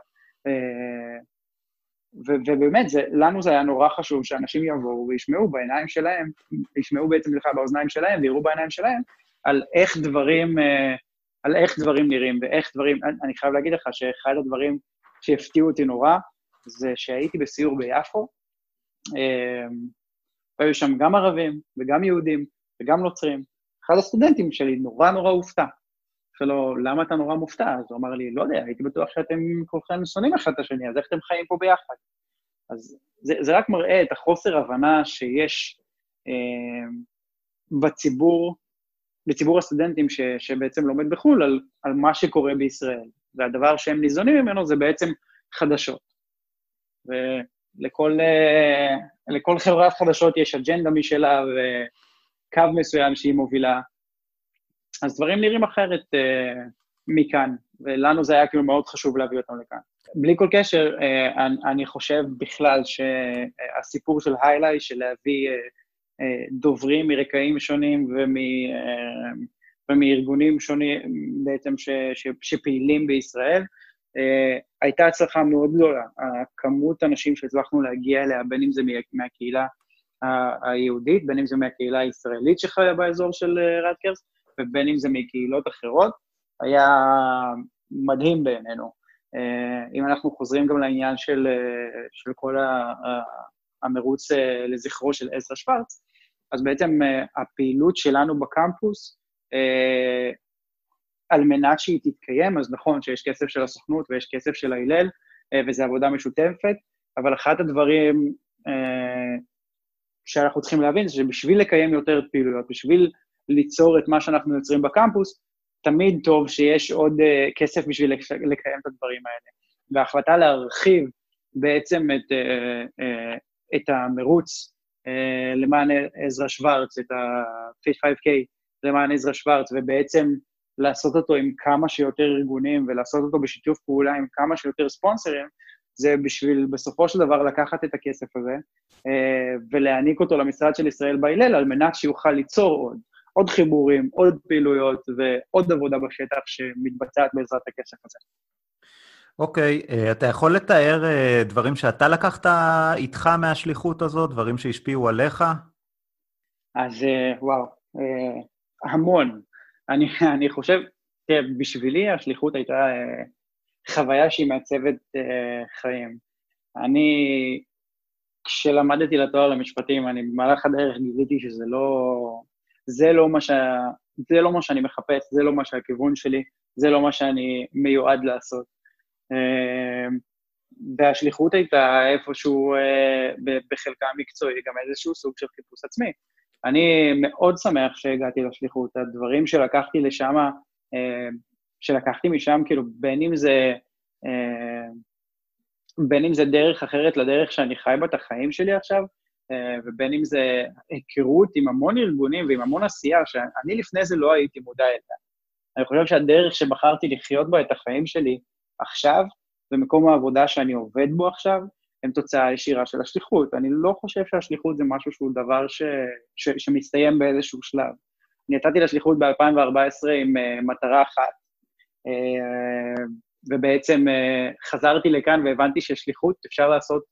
ובאמת, לנו זה היה נורא חשוב שאנשים יבואו וישמעו בעיניים שלהם, ישמעו בעצם לך באוזניים שלהם, ויראו בעיניים שלהם, על איך דברים נראים, ואיך דברים, אני חייב להגיד לך שאחד הדברים שהפתיעו אותי נורא, זה שהייתי בסיור ביפו, והיו שם גם ערבים, וגם יהודים, וגם נוצרים. אחד הסטודנטים שלי נורא הופתע. שלו, למה אתה נורא מופתע? אז הוא אמר לי, לא יודע, הייתי בטוח שאתם כולכם שונאים אחד את השני, אז איך אתם חיים פה ביחד? אז זה רק מראה את החוסר הבנה שיש בציבור הסטודנטים שבעצם לומד בחו"ל על מה שקורה בישראל. והדבר שהם ניזונים ממנו זה בעצם חדשות. ולכל חברת חדשות יש אג'נדה משלה וקו מסוים שהיא מובילה. אז דברים נראים אחרת מכאן, ולנו זה היה כאילו מאוד חשוב להביא אותם לכאן. בלי כל קשר, אני חושב בכלל שהסיפור של היילייט, של להביא דוברים מרקעים שונים ומארגונים שונים בעצם שפעילים בישראל, הייתה הצלחה מאוד גדולה. הכמות אנשים שהצלחנו להגיע אליה, בין אם זה מהקהילה היהודית, בין אם זה מהקהילה הישראלית שחיה באזור של רטקרס, ובין אם זה מקהילות אחרות, היה מדהים בעינינו. אם אנחנו חוזרים גם לעניין של כל המרוץ לזכרו של עזרא שוורץ, אז בעצם הפעילות שלנו בקמפוס, על מנת שהיא תתקיים, אז נכון שיש כסף של הסוכנות ויש כסף של ההלל, וזו עבודה משותפת, אבל אחד הדברים שאנחנו צריכים להבין, זה שבשביל לקיים יותר פעילויות, בשביל ליצור את מה שאנחנו יוצרים בקמפוס, תמיד טוב שיש עוד כסף בשביל לקיים את הדברים האלה. וההחלטה להרחיב בעצם את המרוץ למען עזרא שוורץ, את ה-Fish 5K למען עזרא שוורץ, ובעצם לעשות אותו עם כמה שיותר ארגונים, ולעשות אותו בשיתוף פעולה עם כמה שיותר ספונסרים, זה בשביל בסופו של דבר לקחת את הכסף הזה, ולהעניק אותו למשרד של ישראל בהלל, על מנת שיוכל ליצור עוד חיבורים, עוד פעילויות, ועוד עבודה בשטח שמתבצעת בעזרת הכסף הזה. אוקיי, אתה יכול לתאר דברים שאתה לקחת איתך מהשליחות הזאת, דברים שהשפיעו עליך? אז וואו, המון. אני חושב, תראה, בשבילי השליחות הייתה חוויה שהיא מעצבת חיים. כשלמדתי לתואר למשפטים, אני במהלך הדרך גיליתי שזה לא מה שאני מחפש, זה לא מה שהכיוון שלי, זה לא מה שאני מיועד לעשות. והשליחות הייתה איפשהו בחלקה המקצועי, גם איזשהו סוג של חיפוש עצמי. אני מאוד שמח שהגעתי לשליחות, הדברים שלקחתי משם, כאילו בין אם זה דרך אחרת לדרך שאני חי בה את החיים שלי עכשיו, ובין אם זה היכרות עם המון ארגונים ועם המון עשייה, שאני לפני זה לא הייתי מודע אליה. אני חושב שהדרך שבחרתי לחיות בה את החיים שלי עכשיו, ומקום העבודה שאני עובד בו עכשיו, הם תוצאה ישירה של השליחות. אני לא חושב שהשליחות זה משהו שהוא דבר שמסתיים באיזשהו שלב. אני יצאתי לשליחות ב-2014 עם מטרה אחת, ובעצם חזרתי לכאן והבנתי ששליחות אפשר לעשות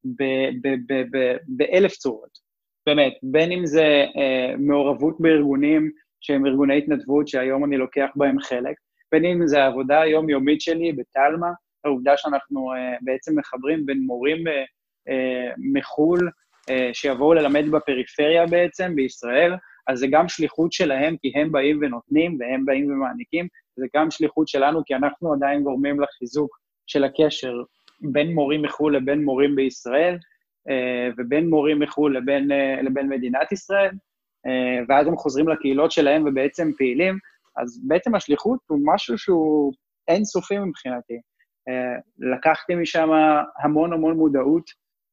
באלף צורות. באמת, בין אם זה מעורבות בארגונים שהם ארגוני התנדבות שהיום אני לוקח בהם חלק, בין אם זה העבודה היומיומית שלי בתלמה, העובדה שאנחנו בעצם מחברים בין מורים מחול שיבואו ללמד בפריפריה בעצם בישראל, אז זה גם שליחות שלהם כי הם באים ונותנים והם באים ומעניקים, זה גם שליחות שלנו כי אנחנו עדיין גורמים לחיזוק של הקשר בין מורים מחול לבין מורים בישראל, ובין מורים מחול לבין מדינת ישראל, ואז הם חוזרים לקהילות שלהם ובעצם פעילים, אז בעצם השליחות הוא משהו שהוא אינסופי מבחינתי. לקחתי משם המון מודעות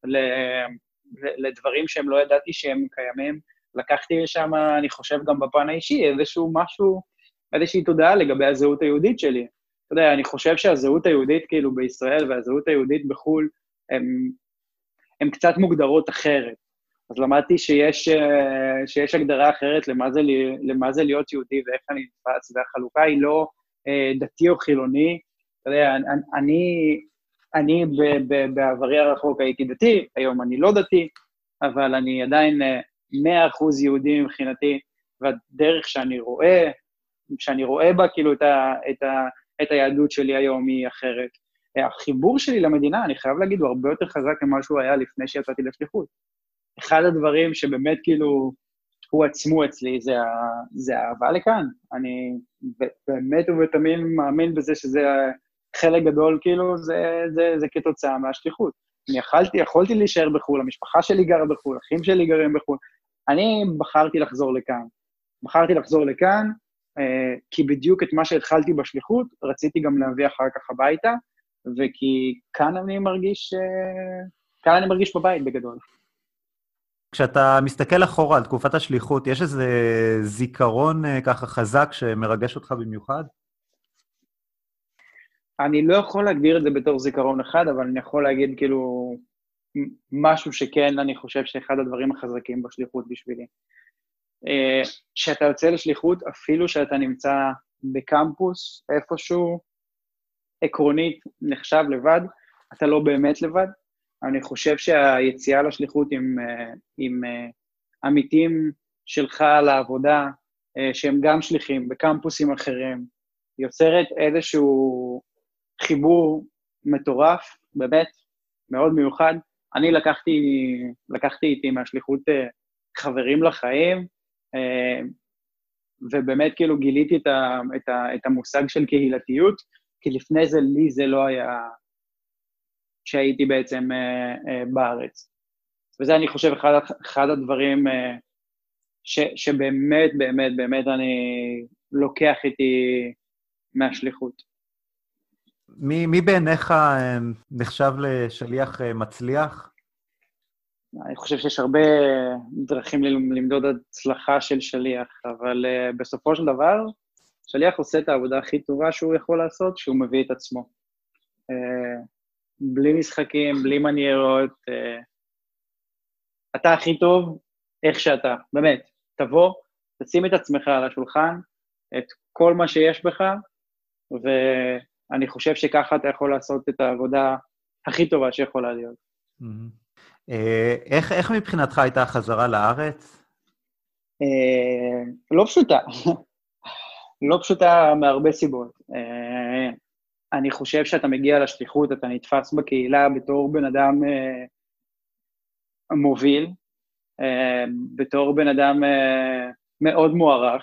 לדברים שהם לא ידעתי שהם קיימים, לקחתי משם, אני חושב גם בפן האישי, איזושהי תודעה לגבי הזהות היהודית שלי. אתה יודע, אני חושב שהזהות היהודית כאילו בישראל והזהות היהודית בחול, הם קצת מוגדרות אחרת. אז למדתי שיש הגדרה אחרת למה זה להיות יהודי ואיך אני נתפס, והחלוקה היא לא דתי או חילוני. אתה יודע, אני בעברי הרחוק הייתי דתי, היום אני לא דתי, אבל אני עדיין 100% יהודי מבחינתי, והדרך שאני רואה בה כאילו את היהדות שלי היום היא אחרת. החיבור שלי למדינה, אני חייב להגיד, הוא הרבה יותר חזק ממה שהוא היה לפני שיצאתי לשליחות. אחד הדברים שבאמת כאילו הוא עצמו אצלי, זה האהבה לכאן. אני באמת ובתמיד מאמין בזה שזה חלק גדול, כאילו זה כתוצאה מהשליחות. אני יכולתי להישאר בחו"ל, המשפחה שלי גרה בחו"ל, אחים שלי גרים בחו"ל. אני בחרתי לחזור לכאן, כי בדיוק את מה שהתחלתי בשליחות, רציתי גם להביא אחר כך הביתה, וכי כאן אני מרגיש בבית בגדול. כשאתה מסתכל אחורה על תקופת השליחות, יש איזה זיכרון ככה חזק שמרגש אותך במיוחד? אני לא יכול להגדיר את זה בתור זיכרון אחד, אבל אני יכול להגיד כאילו משהו שכן, אני חושב שאחד הדברים החזקים בשליחות בשבילי. שאתה יוצא לשליחות, אפילו שאתה נמצא בקמפוס, איפשהו, עקרונית נחשב לבד, אתה לא באמת לבד. אני חושב שהיציאה לשליחות עם עמיתים שלך לעבודה, שהם גם שליחים בקמפוסים אחרים, יוצרת איזשהו חיבור מטורף, באמת, מאוד מיוחד. אני לקחתי איתי מהשליחות חברים לחיים, ובאמת כאילו גיליתי את המושג של קהילתיות, כי לפני זה לי זה לא היה שהייתי בעצם בארץ. וזה אני חושב אחד הדברים שבאמת, באמת, באמת אני לוקח איתי מהשליחות. מי בעיניך נחשב לשליח מצליח? אני חושב שיש הרבה דרכים למדוד הצלחה של שליח, אבל בסופו של דבר, שליח עושה את העבודה הכי טובה שהוא יכול לעשות, שהוא מביא את עצמו. בלי משחקים, בלי מניירות, אתה הכי טוב איך שאתה, באמת, תבוא, תשים את עצמך על השולחן, את כל מה שיש בך, ואני חושב שככה אתה יכול לעשות את העבודה הכי טובה שיכולה להיות. איך מבחינתך הייתה החזרה לארץ? לא פשוטה. לא פשוטה מהרבה סיבות. אני חושב שאתה מגיע לשליחות, אתה נתפס בקהילה בתור בן אדם מוביל, בתור בן אדם מאוד מוערך,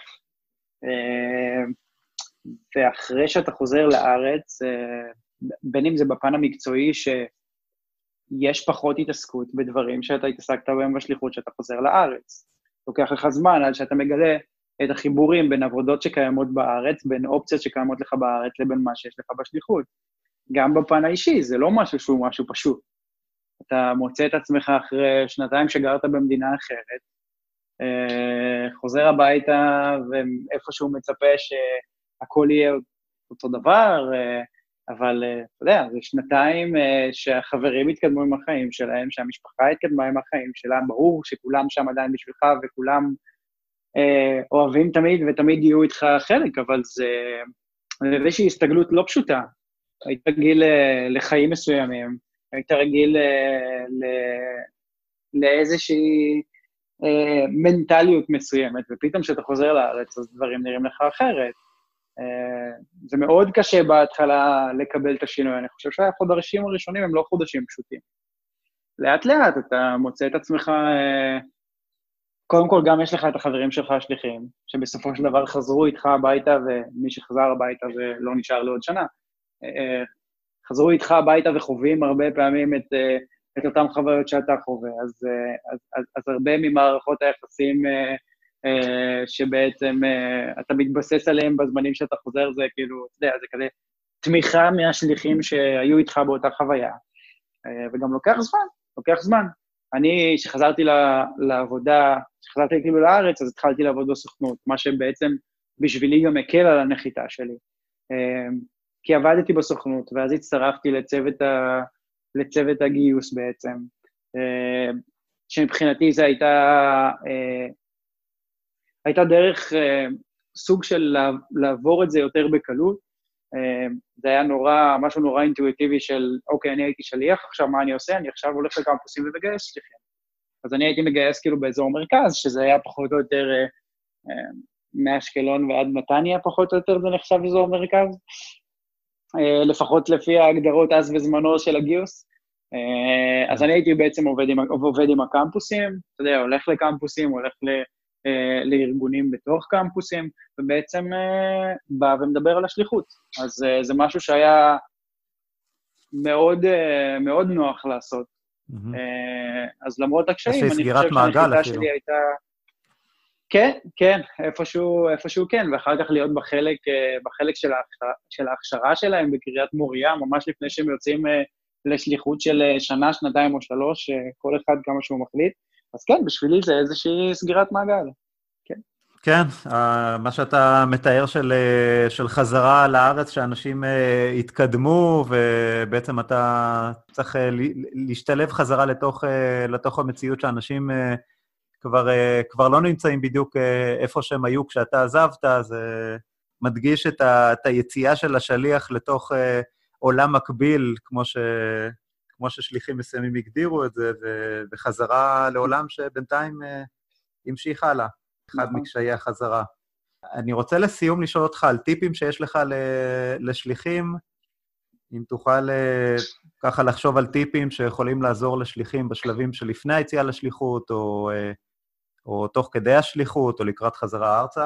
ואחרי שאתה חוזר לארץ, בין אם זה בפן המקצועי, שיש פחות התעסקות בדברים שאתה התעסקת בהם בשליחות שאתה חוזר לארץ. לוקח לך זמן עד שאתה מגלה את החיבורים בין עבודות שקיימות בארץ, בין אופציות שקיימות לך בארץ לבין מה שיש לך בשליחות. גם בפן האישי, זה לא משהו שהוא משהו פשוט. אתה מוצא את עצמך אחרי שנתיים שגרת במדינה אחרת, חוזר הביתה ואיפשהו מצפה שהכל יהיה אותו דבר, אבל אתה יודע, זה שנתיים שהחברים התקדמו עם החיים שלהם, שהמשפחה התקדמה עם החיים שלהם, ברור שכולם שם עדיין בשבילך וכולם אוהבים תמיד ותמיד יהיו איתך חלק, אבל זה איזושהי הסתגלות לא פשוטה. היית רגיל לחיים מסוימים, היית רגיל לאיזושהי מנטליות מסוימת, ופתאום כשאתה חוזר לארץ, אז דברים נראים לך אחרת. זה מאוד קשה בהתחלה לקבל את השינוי, אני חושב שהחודשים הראשונים הם לא חודשים פשוטים. לאט לאט אתה מוצא את עצמך, קודם כל גם יש לך את החברים שלך השליחים, שבסופו של דבר חזרו איתך הביתה, ומי שחזר הביתה ולא נשאר לעוד שנה, חזרו איתך הביתה וחווים הרבה פעמים את אותם חוויות שאתה חווה, אז הרבה ממערכות היחסים שבעצם אתה מתבסס עליהם בזמנים שאתה חוזר, זה כאילו, אתה יודע, זה כזה תמיכה מהשליחים שהיו איתך באותה חוויה, וגם לוקח זמן. אני, שחזרתי לעבודה, שחזרתי כאילו לארץ, אז התחלתי לעבוד בסוכנות, מה שבעצם בשבילי גם הקל על הנחיתה שלי. כי עבדתי בסוכנות, ואז הצטרפתי לצוות הגיוס בעצם, שמבחינתי זה הייתה דרך סוג של לעבור את זה יותר בקלות, זה היה משהו נורא אינטואיטיבי של, אוקיי, אני הייתי שליח, עכשיו מה אני עושה? אני עכשיו הולך לקמפוסים ומגייס שליחים. אז אני הייתי מגייס כאילו באזור מרכז, שזה היה פחות או יותר מאשקלון ועד נתניה, פחות או יותר זה נחשב אזור מרכז, לפחות לפי ההגדרות אז וזמנו של הגיוס. אז אני הייתי בעצם עובד עם הקמפוסים, אתה יודע, הולך לקמפוסים, הולך לארגונים בתוך קמפוסים, ובעצם בא ומדבר על השליחות. אז זה משהו שהיה מאוד, מאוד נוח לעשות. אז למרות הקשיים, אני חושב שהנחיתה שלי הייתה... כן, איפשהו כן, ואחר כך להיות בחלק של ההכשרה שלהם בקריית מוריה, ממש לפני שהם יוצאים לשליחות של שנה, שנתיים או שלוש, כל אחד כמה שהוא מחליט. אז כן, בשבילי זה איזושהי סגירת מעגל. כן, מה שאתה מתאר של חזרה לארץ, שאנשים התקדמו, ובעצם אתה צריך להשתלב חזרה לתוך המציאות שאנשים כבר לא נמצאים בדיוק איפה שהם היו כשאתה עזבת, אז מדגיש את היציאה של השליח לתוך עולם מקביל, כמו ששליחים מסוימים הגדירו את זה, וחזרה לעולם שבינתיים המשיך הלאה. אחד מקשיי החזרה. אני רוצה לסיום לשאול אותך על טיפים שיש לך לשליחים, אם תוכל ככה לחשוב על טיפים שיכולים לעזור לשליחים בשלבים שלפני היציאה לשליחות, או תוך כדי השליחות, או לקראת חזרה ארצה.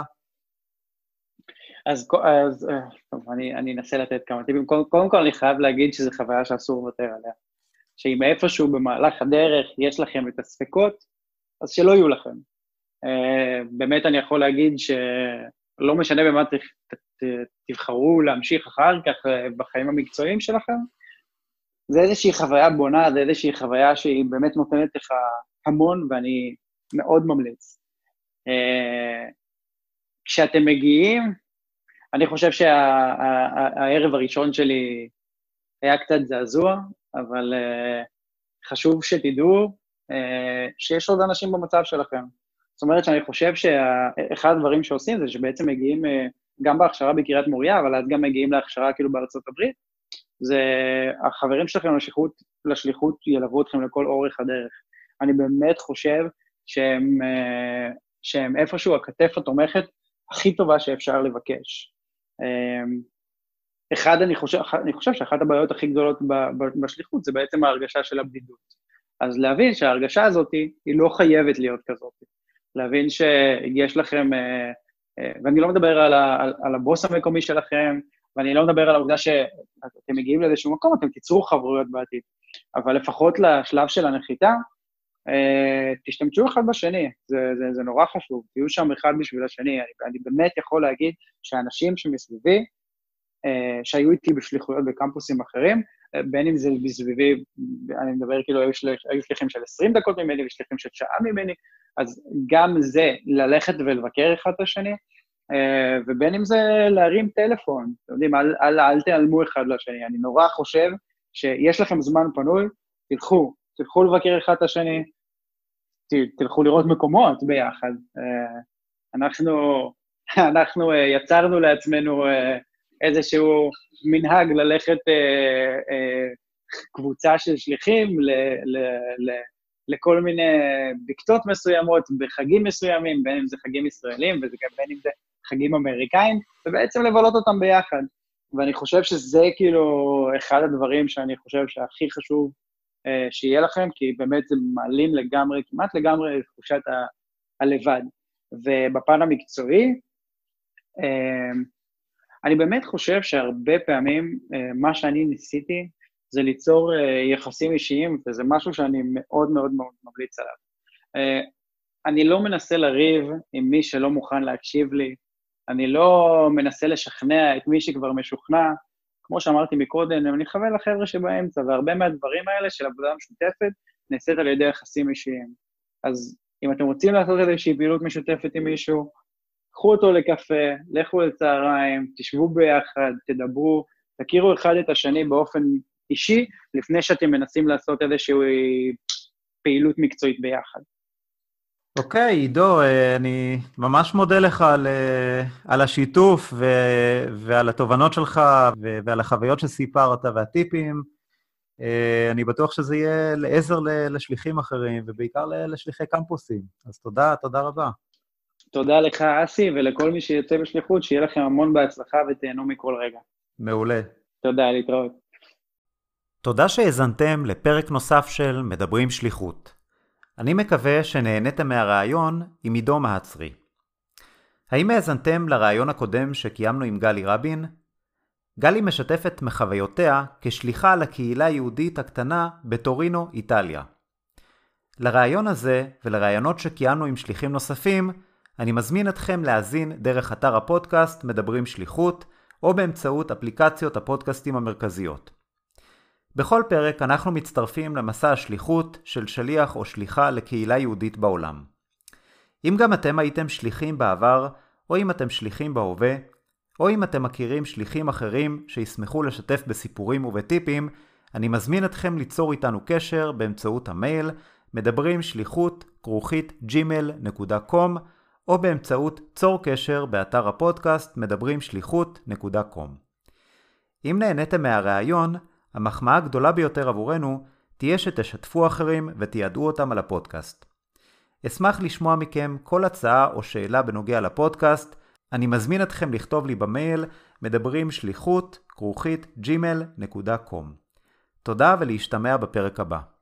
אז טוב, אני אנסה לתת כמה טיפים. קודם כל אני חייב להגיד שזו חוויה שאסור לוותר עליה. שאם איפשהו במהלך הדרך יש לכם את הספקות, אז שלא יהיו לכם. באמת אני יכול להגיד שלא משנה במה תבחרו להמשיך אחר כך בחיים המקצועיים שלכם, זה איזושהי חוויה בונה, זה איזושהי חוויה שהיא באמת נותנת לך המון, ואני מאוד ממליץ. כשאתם מגיעים, אני חושב שהערב הראשון שלי היה קצת זעזוע, אבל חשוב שתדעו שיש עוד אנשים במצב שלכם. זאת אומרת שאני חושב שאחד הדברים שעושים זה שבעצם מגיעים גם בהכשרה בקריית מוריה, אבל אז גם מגיעים להכשרה כאילו בארצות הברית, זה החברים שלכם לשליחות ילוו אתכם לכל אורך הדרך. אני באמת חושב שהם איפשהו הכתף התומכת הכי טובה שאפשר לבקש. אני חושב שאחת הבעיות הכי גדולות בשליחות זה בעצם ההרגשה של הבדידות. אז להבין שההרגשה הזאת היא לא חייבת להיות כזאת. להבין שיש לכם, ואני לא מדבר על הבוס המקומי שלכם, ואני לא מדבר על העובדה שאתם מגיעים לאיזשהו מקום, אתם תיצרו חברויות בעתיד. אבל לפחות לשלב של הנחיתה, תשתמשו אחד בשני, זה נורא חשוב, תהיו שם אחד בשביל השני. אני באמת יכול להגיד שאנשים שמסביבי, שהיו איתי בשליחויות בקמפוסים אחרים, בין אם זה בסביבי, אני מדבר כאילו, היו שליחים של 20 דקות ממני, ושליחים של שעה ממני, אז גם זה, ללכת ולבקר אחד את השני, ובין אם זה להרים טלפון, אתם יודעים, אל תעלמו אחד לשני, אני נורא חושב שיש לכם זמן פנוי, תלכו לבקר אחד את השני, תלכו לראות מקומות ביחד. אנחנו יצרנו לעצמנו איזשהו מנהג ללכת קבוצה של שליחים לכל מיני בקתות מסוימות, בחגים מסוימים, בין אם זה חגים ישראלים, ובין אם זה חגים אמריקאים, ובעצם לבלות אותם ביחד. ואני חושב שזה כאילו אחד הדברים שאני חושב שהכי חשוב שיהיה לכם, כי באמת זה מעלים לגמרי, כמעט לגמרי תחושת הלבד. ובפן המקצועי, אני באמת חושב שהרבה פעמים מה שאני ניסיתי זה ליצור יחסים אישיים, וזה משהו שאני מאוד מאוד מאוד ממליץ עליו. אני לא מנסה לריב עם מי שלא מוכן להקשיב לי, אני לא מנסה לשכנע את מי שכבר משוכנע, כמו שאמרתי מקודם, אני מכוון לחבר'ה שבאמצע, והרבה מהדברים האלה של עבודה משותפת נעשית על ידי יחסים אישיים. אז אם אתם רוצים לעשות איזושהי פעילות משותפת עם מישהו, קחו אותו לקפה, לכו לצהריים, תשבו ביחד, תדברו, תכירו אחד את השני באופן אישי, לפני שאתם מנסים לעשות איזושהי פעילות מקצועית ביחד. אוקיי, עידו, אני ממש מודה לך על השיתוף ועל התובנות שלך ועל החוויות שסיפרת והטיפים. אני בטוח שזה יהיה לעזר לשליחים אחרים ובעיקר לשליחי קמפוסים. אז תודה רבה. תודה לך, אסי, ולכל מי שיוצא בשליחות, שיהיה לכם המון בהצלחה ותהנו מכל רגע. מעולה. תודה, להתראות. תודה שהאזנתם לפרק נוסף של מדברים שליחות. אני מקווה שנהניתם מהרעיון עם עידו מהצרי. האם האזנתם לרעיון הקודם שקיימנו עם גלי רבין? גלי משתפת מחוויותיה כשליחה לקהילה היהודית הקטנה בטורינו, איטליה. לרעיון הזה ולרעיונות שקיימנו עם שליחים נוספים, אני מזמין אתכם להאזין דרך אתר הפודקאסט מדברים שליחות, או באמצעות אפליקציות הפודקאסטים המרכזיות. בכל פרק אנחנו מצטרפים למסע השליחות של שליח או שליחה לקהילה יהודית בעולם. אם גם אתם הייתם שליחים בעבר, או אם אתם שליחים בהווה, או אם אתם מכירים שליחים אחרים שישמחו לשתף בסיפורים ובטיפים, אני מזמין אתכם ליצור איתנו קשר באמצעות המייל מדברים-שליחות@gmail.com או באמצעות צור קשר באתר הפודקאסט מדברים-שליחות.com. אם נהניתם מהרעיון, המחמאה הגדולה ביותר עבורנו תהיה שתשתפו אחרים ותיעדו אותם על הפודקאסט. אשמח לשמוע מכם כל הצעה או שאלה בנוגע לפודקאסט. אני מזמין אתכם לכתוב לי במייל מדברים-שליחות@gmail.com. תודה ולהשתמע בפרק הבא.